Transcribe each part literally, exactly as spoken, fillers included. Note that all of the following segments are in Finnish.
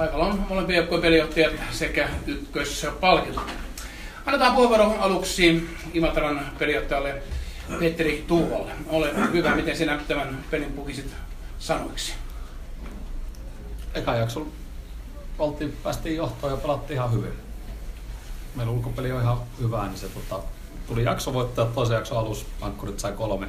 Paikalla on molempien joukkojen pelijohtajat sekä ykköspalkitut. Annetaan puheenvuoro aluksi Imatran pelijohtajalle Petteri Tuuvalle. Ole hyvä, miten sinä tämän pelin pukisit sanoiksi? Eka jaksolla oltiin, päästiin johtoon ja pelattiin ihan hyvin. Meillä ulkopeli on ihan hyvää, niin se tota, tuli jakso voittaa toisen jakson alussa. Ankkurit sai kolme.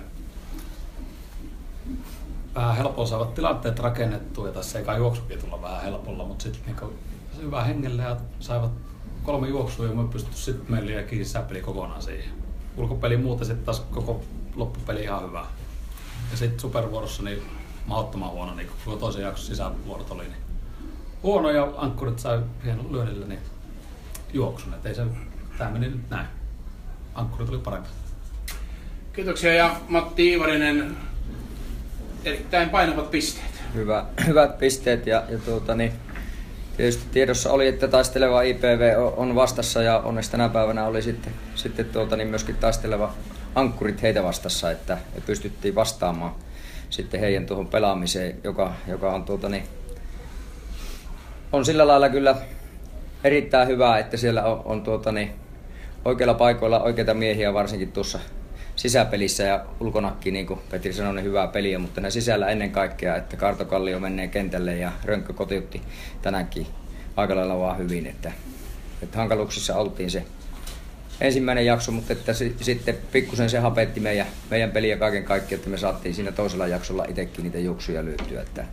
Vähän helpolla saivat tilanteet rakennettua ja tässä eikä juoksukin tulla vähän helpolla, mutta sitten niinku hyvä hengelle ja saivat kolme juoksua ja me pystyttiin sitten meille ja kiinni sisäpeli kokonaan siihen. Ulkopeli muuten sitten taas koko loppupeli ihan hyvä. Ja sitten supervuorossa niin mahdottoman huono, niin koko toisen jakson sisävuorot oli niin huono ja ankkurit sai hienon lyönnillä niin juoksun. Et ei se, tää meni nyt näin. Ankkurit oli parempi. Kiitoksia ja Matti Iivarinen, erittäin painavat pisteet. Hyvä, hyvät pisteet ja, ja tuota, niin, tietysti tiedossa oli, että taisteleva I P V on vastassa ja onneksi tänä päivänä oli sitten, sitten tuota, niin myöskin taisteleva ankkurit heitä vastassa, että pystyttiin vastaamaan sitten heidän tuohon pelaamiseen, joka, joka on, tuota, niin, on sillä lailla kyllä erittäin hyvä, että siellä on, on tuota, niin, oikeilla paikoilla oikeita miehiä varsinkin tuossa sisäpelissä ja ulkonakki, niin kuin Petri sanoi, niin hyvää peliä, mutta ne sisällä ennen kaikkea, että Kartokallio menee kentälle ja Rönkkö kotiutti tänäänkin aika lailla vaan hyvin, että, että hankaluuksissa oltiin se ensimmäinen jakso, mutta että si, sitten pikkusen se hapetti meidän, meidän peliä kaiken kaikkiaan, että me saatiin siinä toisella jaksolla itsekin niitä juoksuja lyötyä, että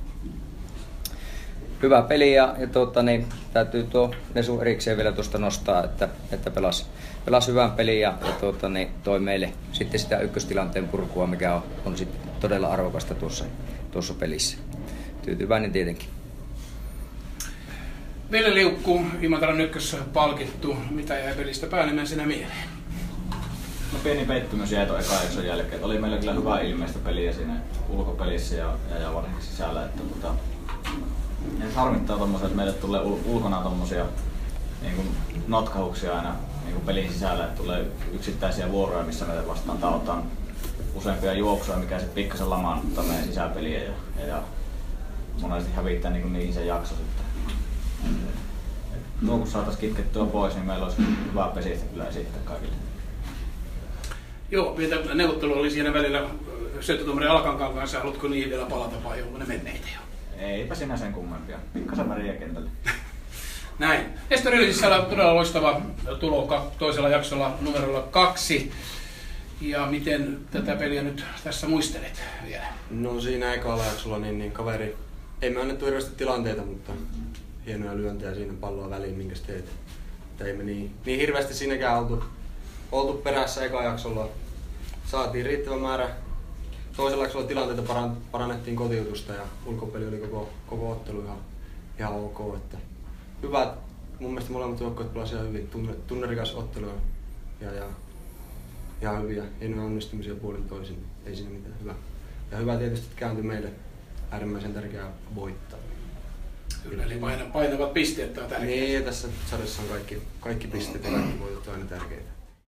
hyvä peli ja, ja tuota, niin, täytyy tuo Nesu erikseen vielä tuosta nostaa, että, että pelasi, pelasi hyvän pelin ja, ja tuota, niin, toi meille sitten sitä ykköstilanteen purkua, mikä on, on sitten todella arvokasta tuossa, tuossa pelissä. Tyytyväinen tietenkin. Ville Liukku, Imatran ykköspalkittu. Mitä jäi pelistä päällimmäisenä mieleen? No, pieni pettymys jäi tuon ekan jakson jälkeen. Oli meillä kyllä hyvä ilmeistä peliä siinä ulkopelissä ja, ja, ja varsinkin sisällä. Että, tota, ja harmittaa tommosia, että meille tulee ul- ulkona tommosia niin kuin notkauksia aina niin kuin pelin sisällä, että tulee yksittäisiä vuoroja, missä meille vastaan tautaan useampia juoksuja, mikä sitten pikkasen lamaannuttaa meidän sisäpeliä ja, ja, ja monesti hävittää niin kuin niihin se jakso sitten. Et tuo kun saataisiin kitkettyä pois, niin meillä olisi hyvää pesistä kyllä esittää kaikille. Joo, mitä neuvottelu oli siinä välillä syöttötuomari Alkankaan kanssa, haluatko niihin vielä palata vai onko ne menneitä jo? Eipä sinä sen kummempia. Pikkasen väriä kentälle. Näin. Estori Ylisissä on todella loistava tulo toisella jaksolla numerolla kaksi. Ja miten tätä peliä nyt tässä muistelet vielä? No siinä ekalla jaksolla niin, niin kaveri, ei me annettu hirveästi tilanteita, mutta hienoja lyöntejä siinä palloa väliin, minkä teet. Että ei me niin, niin hirveästi siinäkään oltu, oltu perässä eka jaksolla. Saatiin riittävä määrä. Toisella jaksolla tilanteita parannettiin kotiutusta ja ulkopeli oli koko, koko ottelu ihan, ihan ok. Että hyvät, mun mielestä molemmat joukkueet pelasivat ihan hyvin, tunnerikas ottelu ja, ja ihan hyviä, hienoja onnistumisia puolin toisin, ei siinä mitään hyvä. Ja hyvä tietysti, että kääntyi meille äärimmäisen tärkeää voittaa. Kyllä, eli painavat pisteet on tärkeää. Niin, ja tässä sarjassa on kaikki, kaikki pisteet ja kaikki voitot aina tärkeitä.